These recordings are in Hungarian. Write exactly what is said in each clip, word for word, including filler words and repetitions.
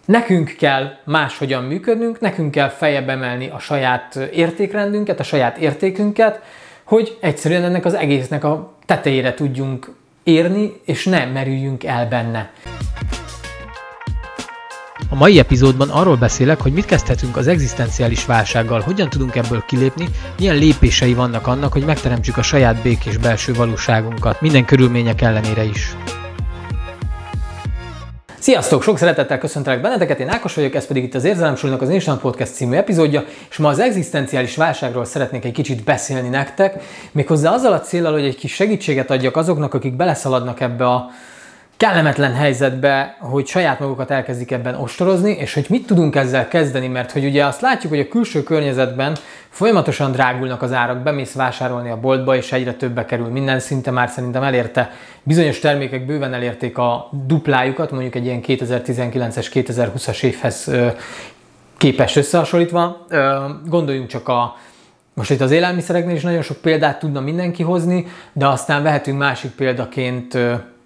Nekünk kell máshogyan működnünk, nekünk kell feljebb emelni a saját értékrendünket, a saját értékünket, hogy egyszerűen ennek az egésznek a tetejére tudjunk érni, és ne merüljünk el benne. A mai epizódban arról beszélek, hogy mit kezdhetünk az egzisztenciális válsággal, hogyan tudunk ebből kilépni, milyen lépései vannak annak, hogy megteremtsük a saját békés belső valóságunkat, minden körülmények ellenére is. Sziasztok! Sok szeretettel köszöntelek benneteket, én Ákos vagyok, ez pedig itt az Érzelemsulinak az Instant Podcast című epizódja, és ma az egzisztenciális válságról szeretnék egy kicsit beszélni nektek, méghozzá azzal a céllal, hogy egy kis segítséget adjak azoknak, akik beleszaladnak ebbe a kellemetlen helyzetbe, hogy saját magukat elkezdik ebben ostorozni, és hogy mit tudunk ezzel kezdeni, mert hogy ugye azt látjuk, hogy a külső környezetben folyamatosan drágulnak az árak, bemész vásárolni a boltba, és egyre többbe kerül minden, szinte már szerintem elérte, bizonyos termékek bőven elérték a duplájukat, mondjuk egy ilyen kétezer-tizenkilences, kétezer-húszas évhez képest összehasonlítva. Gondoljunk csak a Most itt az élelmiszereknél is nagyon sok példát tudna mindenki hozni, de aztán vehetünk másik példaként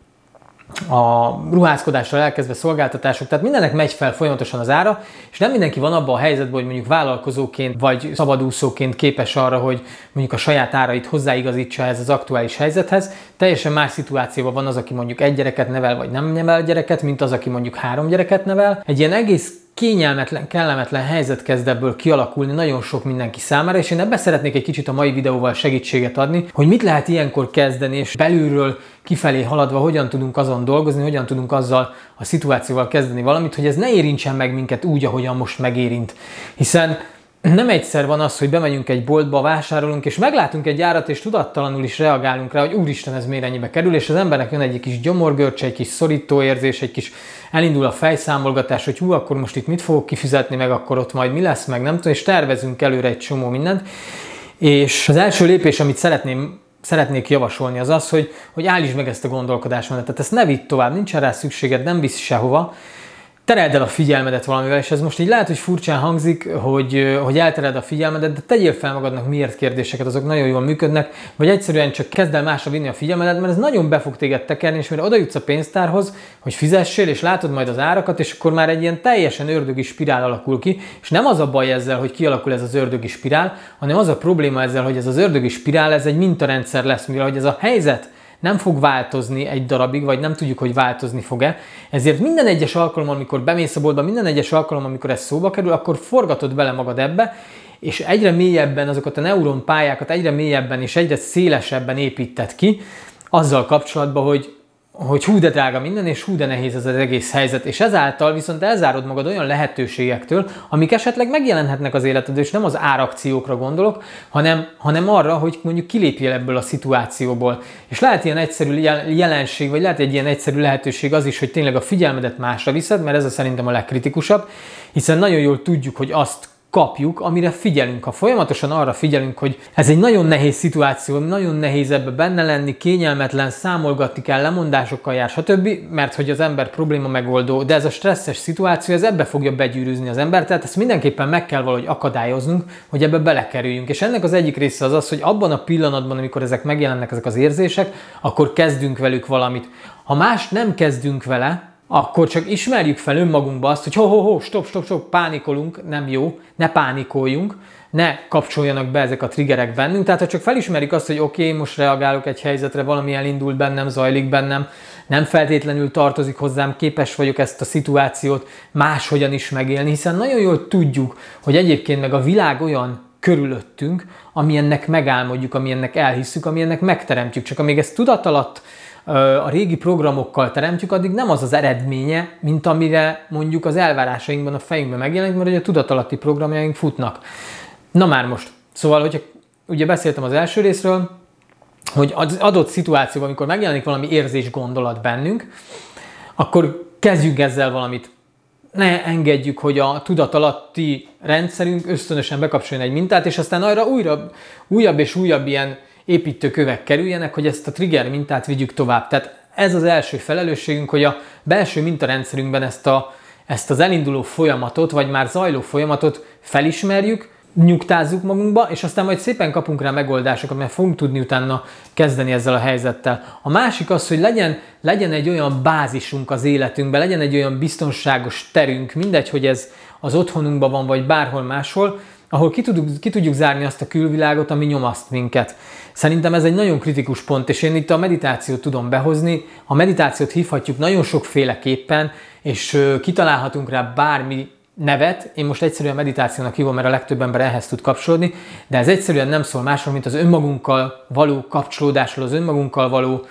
a ruházkodással elkezdve szolgáltatások, tehát mindennek megy fel folyamatosan az ára, és nem mindenki van abban a helyzetben, hogy mondjuk vállalkozóként vagy szabadúszóként képes arra, hogy mondjuk a saját árait hozzáigazítsa ez az aktuális helyzethez. Teljesen más szituációban van az, aki mondjuk egy gyereket nevel, vagy nem nevel gyereket, mint az, aki mondjuk három gyereket nevel. Egy ilyen egész kényelmetlen, kellemetlen helyzet kezd ebből kialakulni nagyon sok mindenki számára, és én ebben szeretnék egy kicsit a mai videóval segítséget adni, hogy mit lehet ilyenkor kezdeni, és belülről kifelé haladva hogyan tudunk azon dolgozni, hogyan tudunk azzal a szituációval kezdeni valamit, hogy ez ne érintsen meg minket úgy, ahogyan most megérint. Hiszen nem egyszer van az, hogy bemegyünk egy boltba, vásárolunk, és meglátunk egy árat, és tudattalanul is reagálunk rá, hogy úristen, ez miért ennyibe kerül, és az embernek jön egy kis gyomorgörcs, egy kis szorító érzés, egy kis elindul a fejszámolgatás, hogy hú, akkor most itt mit fogok kifizetni, meg akkor ott majd mi lesz, meg nem tudom, és tervezünk előre egy csomó mindent. És az első lépés, amit szeretném szeretnék javasolni, az az, hogy, hogy állítsd meg ezt a gondolkodásmenetet, ezt ne vidd tovább, nincsen rá szükséged, nem visz sehova. Tereld el a figyelmedet valamivel, és ez most így lehet, hogy furcsán hangzik, hogy, hogy eltered a figyelmedet, de tegyél fel magadnak miért kérdéseket, azok nagyon jól működnek, vagy egyszerűen csak kezd el másra vinni a figyelmedet, mert ez nagyon be fog téged tekerni, és mire oda jutsz a pénztárhoz, hogy fizessél, és látod majd az árakat, és akkor már egy ilyen teljesen ördögi spirál alakul ki, és nem az a baj ezzel, hogy kialakul ez az ördögi spirál, hanem az a probléma ezzel, hogy ez az ördögi spirál, ez egy mintarendszer lesz, mivel hogy ez a helyzet nem fog változni egy darabig, vagy nem tudjuk, hogy változni fog-e. Ezért minden egyes alkalommal, amikor bemész a boltba, minden egyes alkalommal, amikor ez szóba kerül, akkor forgatod bele magad ebbe, és egyre mélyebben azokat a neuronpályákat egyre mélyebben és egyre szélesebben építed ki, azzal kapcsolatban, hogy hogy hú de drága minden, és hú de nehéz ez az egész helyzet, és ezáltal viszont elzárod magad olyan lehetőségektől, amik esetleg megjelenhetnek az életedben, és nem az árakciókra gondolok, hanem, hanem arra, hogy mondjuk kilépjél ebből a szituációból. És lehet ilyen egyszerű jelenség, vagy lehet egy ilyen egyszerű lehetőség az is, hogy tényleg a figyelmedet másra viszed, mert ez a szerintem a legkritikusabb, hiszen nagyon jól tudjuk, hogy azt kapjuk, amire figyelünk. Ha folyamatosan arra figyelünk, hogy ez egy nagyon nehéz szituáció, nagyon nehéz ebbe benne lenni, kényelmetlen, számolgatni kell, lemondásokkal jár, stb., mert hogy az ember probléma megoldó, de ez a stresszes szituáció, ez ebbe fogja begyűrűzni az embert, tehát ezt mindenképpen meg kell valahogy akadályoznunk, hogy ebbe belekerüljünk. És ennek az egyik része az az, hogy abban a pillanatban, amikor ezek megjelennek, ezek az érzések, akkor kezdünk velük valamit. Ha más nem kezdünk vele, akkor csak ismerjük fel önmagunkba azt, hogy ho-ho-ho, stop, stop, stop, pánikolunk, nem jó, ne pánikoljunk, ne kapcsoljanak be ezek a triggerek bennünk. Tehát ha csak felismerjük azt, hogy oké, okay, most reagálok egy helyzetre, valami elindult bennem, zajlik bennem, nem feltétlenül tartozik hozzám, képes vagyok ezt a szituációt máshogyan is megélni, hiszen nagyon jól tudjuk, hogy egyébként meg a világ olyan körülöttünk, ami ennek megálmodjuk, ami ennek elhisszük, ami ennek megteremtjük, csak amíg ezt tudat alatt a régi programokkal teremtjük, addig nem az az eredménye, mint amire mondjuk az elvárásainkban a fejünkben megjelenik, mert ugye a tudatalatti programjaink futnak. Na már most. Szóval, hogyha ugye beszéltem az első részről, hogy az adott szituációban, amikor megjelenik valami érzés, gondolat bennünk, akkor kezdjünk ezzel valamit. Ne engedjük, hogy a tudatalatti rendszerünk ösztönösen bekapcsoljon egy mintát, és aztán arra újra, újabb és újabb ilyen építőkövek kerüljenek, hogy ezt a trigger mintát vigyük tovább. Tehát ez az első felelősségünk, hogy a belső mintarendszerünkben ezt, a, ezt az elinduló folyamatot, vagy már zajló folyamatot felismerjük, nyugtázzuk magunkba, és aztán majd szépen kapunk rá megoldásokat, mert fogunk tudni utána kezdeni ezzel a helyzettel. A másik az, hogy legyen, legyen egy olyan bázisunk az életünkben, legyen egy olyan biztonságos terünk, mindegy, hogy ez az otthonunkban van, vagy bárhol máshol, ahol ki tudjuk, ki tudjuk zárni azt a külvilágot, ami nyomaszt minket. Szerintem ez egy nagyon kritikus pont, és én itt a meditációt tudom behozni. A meditációt hívhatjuk nagyon sokféleképpen, és kitalálhatunk rá bármi nevet. Én most egyszerűen meditációnak hívom, mert a legtöbb ember ehhez tud kapcsolódni, de ez egyszerűen nem szól másról, mint az önmagunkkal való kapcsolódásról, az önmagunkkal való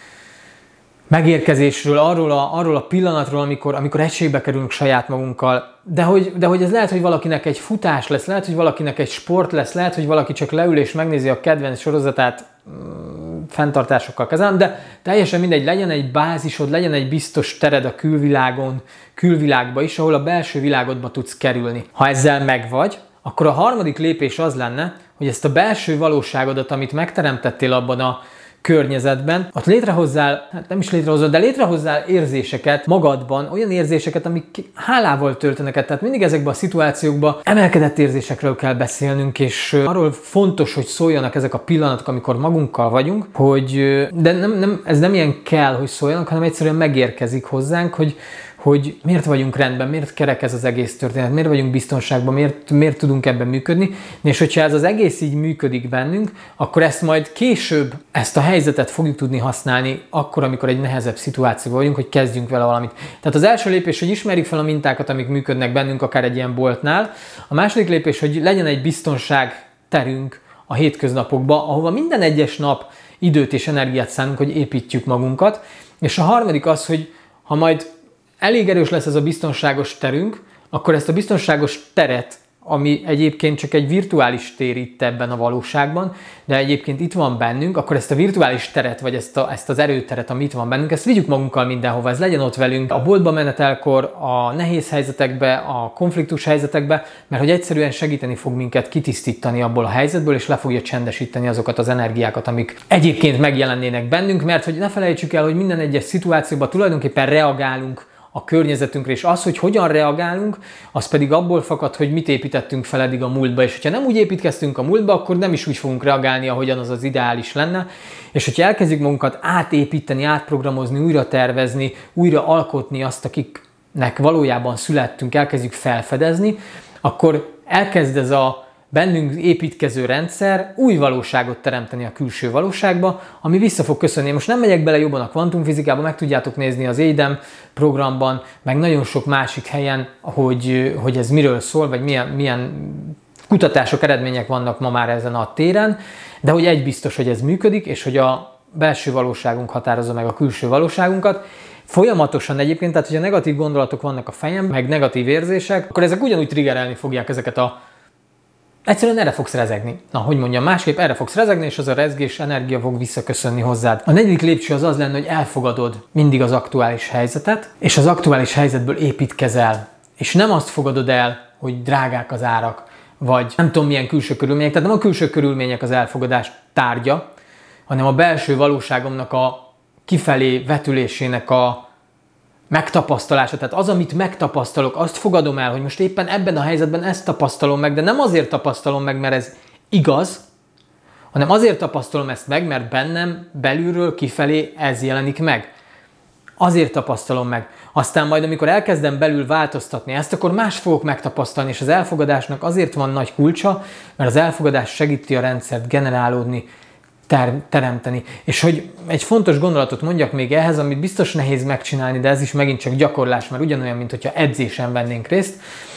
megérkezésről, arról a, arról a pillanatról, amikor, amikor egységbe kerülünk saját magunkkal. De hogy, de hogy ez lehet, hogy valakinek egy futás lesz, lehet, hogy valakinek egy sport lesz, lehet, hogy valaki csak leül és megnézi a kedvenc sorozatát mm, fenntartásokkal kezelem, de teljesen mindegy, legyen egy bázisod, legyen egy biztos tered a külvilágon, külvilágba is, ahol a belső világodba tudsz kerülni. Ha ezzel megvagy, akkor a harmadik lépés az lenne, hogy ezt a belső valóságodat, amit megteremtettél abban a környezetben, ott létrehozzál, hát nem is létrehozzál, de létrehozzál érzéseket magadban, olyan érzéseket, amik hálával töltenek el. Tehát mindig ezekben a szituációkban emelkedett érzésekről kell beszélnünk, és arról fontos, hogy szóljanak ezek a pillanatok, amikor magunkkal vagyunk, hogy, de nem, nem, ez nem ilyen kell, hogy szóljanak, hanem egyszerűen megérkezik hozzánk, hogy hogy miért vagyunk rendben, miért kerek ez az egész történet, miért vagyunk biztonságban, miért, miért tudunk ebben működni, és hogyha ez az egész így működik bennünk, akkor ezt majd később, ezt a helyzetet fogjuk tudni használni, akkor, amikor egy nehezebb szituációban vagyunk, hogy kezdjünk vele valamit. Tehát az első lépés, hogy ismerjük fel a mintákat, amik működnek bennünk, akár egy ilyen boltnál. A második lépés, hogy legyen egy biztonságterünk a hétköznapokban, ahova minden egyes nap időt és energiát szánunk, hogy építjük magunkat. És a harmadik az, hogy ha majd elég erős lesz ez a biztonságos terünk, akkor ezt a biztonságos teret, ami egyébként csak egy virtuális tér itt ebben a valóságban, de egyébként itt van bennünk, akkor ezt a virtuális teret, vagy ezt, a, ezt az erőteret, ami itt van bennünk, ezt vigyük magunkkal mindenhova, ez legyen ott velünk a boltba menetelkor, a nehéz helyzetekbe, a konfliktus helyzetekbe, mert hogy egyszerűen segíteni fog minket kitisztítani abból a helyzetből, és le fogja csendesíteni azokat az energiákat, amik egyébként megjelennének bennünk, mert hogy ne felejtsük el, hogy minden egyes szituációban tulajdonképpen reagálunk a környezetünkre, és az, hogy hogyan reagálunk, az pedig abból fakad, hogy mit építettünk fel eddig a múltba, és hogyha nem úgy építkeztünk a múltba, akkor nem is úgy fogunk reagálni, ahogyan az az ideális lenne, és hogyha elkezdjük magunkat átépíteni, átprogramozni, újra tervezni, újra alkotni azt, akiknek valójában születtünk, elkezdjük felfedezni, akkor elkezd ez a bennünk építkező rendszer új valóságot teremteni a külső valóságba, ami vissza fog köszönni. Most nem megyek bele jobban a kvantumfizikába, meg tudjátok nézni az édem programban, meg nagyon sok másik helyen, hogy, hogy ez miről szól, vagy milyen, milyen kutatások, eredmények vannak ma már ezen a téren, de hogy egy biztos, hogy ez működik, és hogy a belső valóságunk határozza meg a külső valóságunkat. Folyamatosan egyébként, tehát hogyha negatív gondolatok vannak a fejemben, meg negatív érzések, akkor ezek ugyanúgy triggerelni fogják ezeket a egyszerűen erre fogsz rezegni. Na, hogy mondjam, másképp erre fogsz rezegni, és az a rezgés energia fog visszaköszönni hozzád. A negyedik lépcső az az lenne, hogy elfogadod mindig az aktuális helyzetet, és az aktuális helyzetből építkezel. És nem azt fogadod el, hogy drágák az árak, vagy nem tudom milyen külső körülmények, tehát nem a külső körülmények az elfogadás tárgya, hanem a belső valóságomnak a kifelé vetülésének a megtapasztalása. Tehát az, amit megtapasztalok, azt fogadom el, hogy most éppen ebben a helyzetben ezt tapasztalom meg, de nem azért tapasztalom meg, mert ez igaz, hanem azért tapasztalom ezt meg, mert bennem belülről kifelé ez jelenik meg. Azért tapasztalom meg. Aztán majd, amikor elkezdem belül változtatni ezt, akkor más fogok megtapasztalni, és az elfogadásnak azért van nagy kulcsa, mert az elfogadás segíti a rendszert generálódni, ter- teremteni. És hogy egy fontos gondolatot mondjak még ehhez, amit biztos nehéz megcsinálni, de ez is megint csak gyakorlás, mert ugyanolyan, mint hogyha edzésen vennénk részt,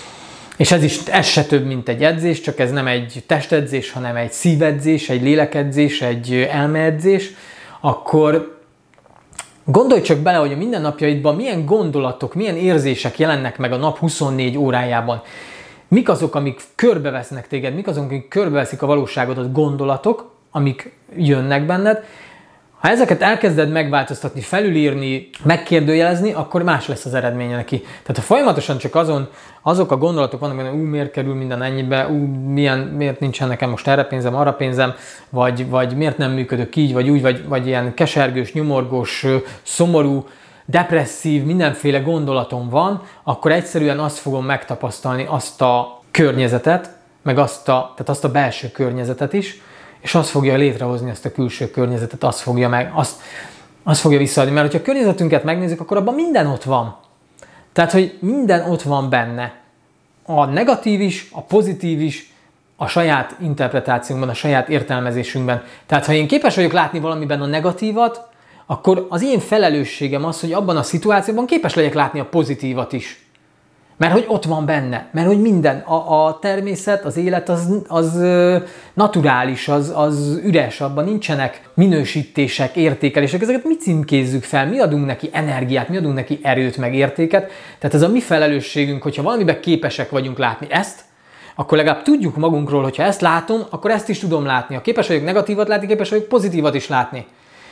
és ez is ez se több, mint egy edzés, csak ez nem egy testedzés, hanem egy szívedzés, egy lélekedzés, egy elmeedzés, akkor gondolj csak bele, hogy a mindennapjaidban milyen gondolatok, milyen érzések jelennek meg a nap huszonnégy órájában. Mik azok, amik körbevesznek téged, mik azok, amik körbeveszik a valóságodat, gondolatok, amik jönnek benned. Ha ezeket elkezded megváltoztatni, felülírni, megkérdőjelezni, akkor más lesz az eredménye neki. Tehát ha folyamatosan csak azon, azok a gondolatok vannak, hogy ú, miért kerül minden ennyibe, ú, milyen, miért nincsen nekem most erre pénzem, arra pénzem, vagy, vagy miért nem működök így, vagy úgy, vagy, vagy ilyen kesergős, nyomorgós, szomorú, depresszív, mindenféle gondolatom van, akkor egyszerűen azt fogom megtapasztalni, azt a környezetet, meg azt a, tehát azt a belső környezetet is, és azt fogja létrehozni ezt a külső környezetet, azt fogja meg, azt, azt fogja visszaadni. Mert hogyha a környezetünket megnézzük, akkor abban minden ott van. Tehát, hogy minden ott van benne. A negatív is, a pozitív is, a saját interpretációnkban, a saját értelmezésünkben. Tehát, ha én képes vagyok látni valamiben a negatívat, akkor az én felelősségem az, hogy abban a szituációban képes legyek látni a pozitívat is. Mert hogy ott van benne, mert hogy minden, a, a természet, az élet az, az naturális, az, az üres, abban nincsenek minősítések, értékelések, ezeket mi címkézzük fel, mi adunk neki energiát, mi adunk neki erőt, meg értéket. Tehát ez a mi felelősségünk, hogyha valamiben képesek vagyunk látni ezt, akkor legalább tudjuk magunkról, hogyha ezt látom, akkor ezt is tudom látni. Ha képes vagyok negatívat látni, képes vagyok pozitívat is látni.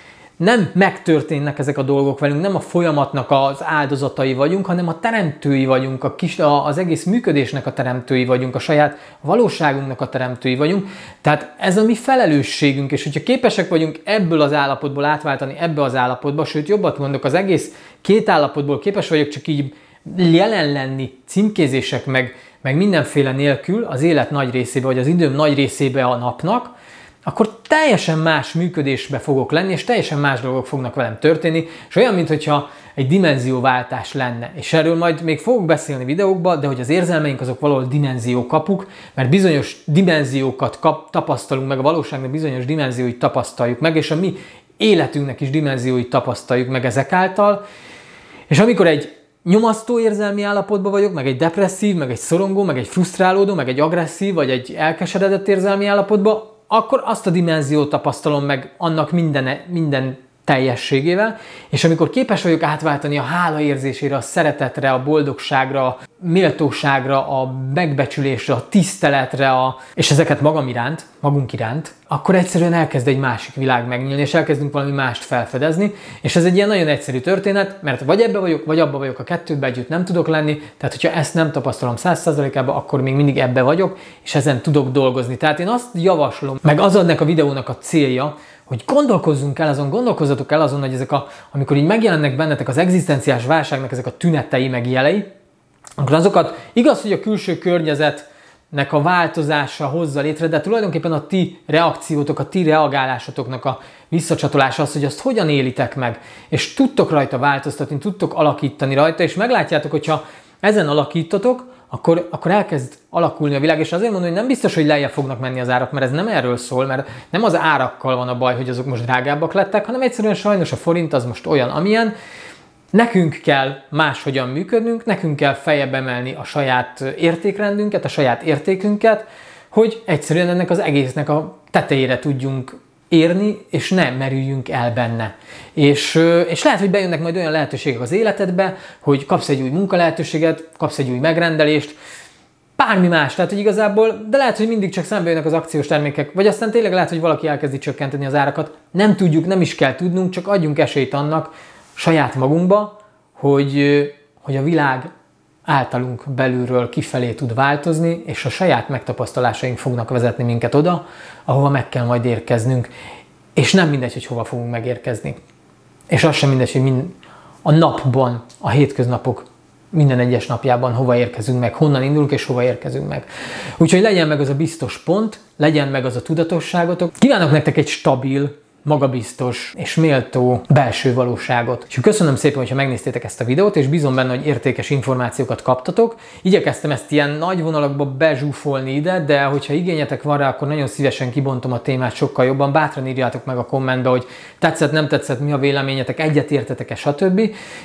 Nem megtörténnek ezek a dolgok velünk, nem a folyamatnak az áldozatai vagyunk, hanem a teremtői vagyunk, a kis, a, az egész működésnek a teremtői vagyunk, a saját valóságunknak a teremtői vagyunk. Tehát ez a mi felelősségünk, és hogyha képesek vagyunk ebből az állapotból átváltani ebbe az állapotba, sőt jobbat mondok, az egész két állapotból képes vagyok csak így jelen lenni, címkézések meg, meg mindenféle nélkül az élet nagy részébe, vagy az időm nagy részébe a napnak, akkor teljesen más működésbe fogok lenni, és teljesen más dolgok fognak velem történni, és olyan, mintha egy dimenzióváltás lenne. És erről majd még fogok beszélni videókban, de hogy az érzelmeink azok valahol dimenziókapuk, mert bizonyos dimenziókat kap, tapasztalunk meg, a valóságnak bizonyos dimenzióit tapasztaljuk meg, és a mi életünknek is dimenzióit tapasztaljuk meg ezek által. És amikor egy nyomasztó érzelmi állapotban vagyok, meg egy depresszív, meg egy szorongó, meg egy frusztrálódó, meg egy agresszív, vagy egy elkeseredett érzelmi állapotban, akkor azt a dimenziót tapasztalom meg annak minden, minden teljességével, és amikor képes vagyok átváltani a hála érzésére, a szeretetre, a boldogságra, a méltóságra, a megbecsülésre, a tiszteletre, a... és ezeket magam iránt, magunk iránt, akkor egyszerűen elkezd egy másik világ megnyílni, és elkezdünk valami mást felfedezni, és ez egy ilyen nagyon egyszerű történet, mert vagy ebbe vagyok, vagy abba vagyok, a kettőben együtt nem tudok lenni, tehát hogyha ezt nem tapasztalom száz százalékában, akkor még mindig ebbe vagyok, és ezen tudok dolgozni. Tehát én azt javaslom, meg az ennek a videónak a célja, hogy gondolkozzunk el azon, gondolkozzatok el azon, hogy ezek a, amikor így megjelennek bennetek az egzisztenciális válságnak ezek a tünetei, meg jelei, akkor azokat igaz, hogy a külső környezetnek a változása hozza létre, de tulajdonképpen a ti reakciótok, a ti reagálásotoknak a visszacsatolása az, hogy azt hogyan élitek meg, és tudtok rajta változtatni, tudtok alakítani rajta, és meglátjátok, hogyha ezen alakítotok, Akkor, akkor elkezd alakulni a világ, és azért mondom, hogy nem biztos, hogy lejjebb fognak menni az árak, mert ez nem erről szól, mert nem az árakkal van a baj, hogy azok most drágábbak lettek, hanem egyszerűen sajnos a forint az most olyan, amilyen. Nekünk kell máshogyan működnünk, nekünk kell feljebb emelni a saját értékrendünket, a saját értékünket, hogy egyszerűen ennek az egésznek a tetejére tudjunk érni, és ne merüljünk el benne. És, és lehet, hogy bejönnek majd olyan lehetőségek az életedbe, hogy kapsz egy új munkalehetőséget, kapsz egy új megrendelést, bármi más, tehát hogy igazából, de lehet, hogy mindig csak szembe jönnek az akciós termékek, vagy aztán tényleg lehet, hogy valaki elkezdi csökkenteni az árakat. Nem tudjuk, nem is kell tudnunk, csak adjunk esélyt annak saját magunkba, hogy, hogy a világ általunk belülről kifelé tud változni, és a saját megtapasztalásaink fognak vezetni minket oda, ahova meg kell majd érkeznünk. És nem mindegy, hogy hova fogunk megérkezni. És az sem mindegy, hogy mind a napban, a hétköznapok minden egyes napjában hova érkezünk meg, honnan indulunk és hova érkezünk meg. Úgyhogy legyen meg az a biztos pont, legyen meg az a tudatosságotok. Kívánok nektek egy stabil, magabiztos és méltó belső valóságot. És köszönöm szépen, hogyha megnéztétek ezt a videót, és bízom benne, hogy értékes információkat kaptatok. Igyekeztem ezt ilyen nagy vonalakba bezsúfolni ide, de hogyha igényetek van rá, akkor nagyon szívesen kibontom a témát sokkal jobban. Bátran írjátok meg a kommentbe, hogy tetszett, nem tetszett, mi a véleményetek, egyetértetek-e, stb.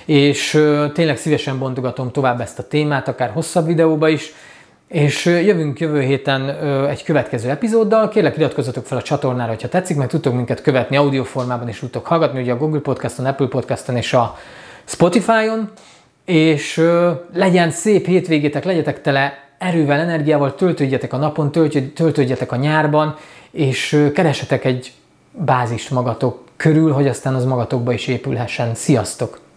És euh, tényleg szívesen bontogatom tovább ezt a témát, akár hosszabb videóba is. És jövünk jövő héten egy következő epizóddal. Kérlek, iratkozzatok fel a csatornára, ha tetszik, meg tudtok minket követni audioformában, és tudtok hallgatni, ugye a Google Podcaston, Apple Podcaston és a Spotify-on. És legyen szép hétvégétek, legyetek tele erővel, energiával, töltődjetek a napon, töltődjetek a nyárban, és keresetek egy bázist magatok körül, hogy aztán az magatokba is épülhessen. Sziasztok!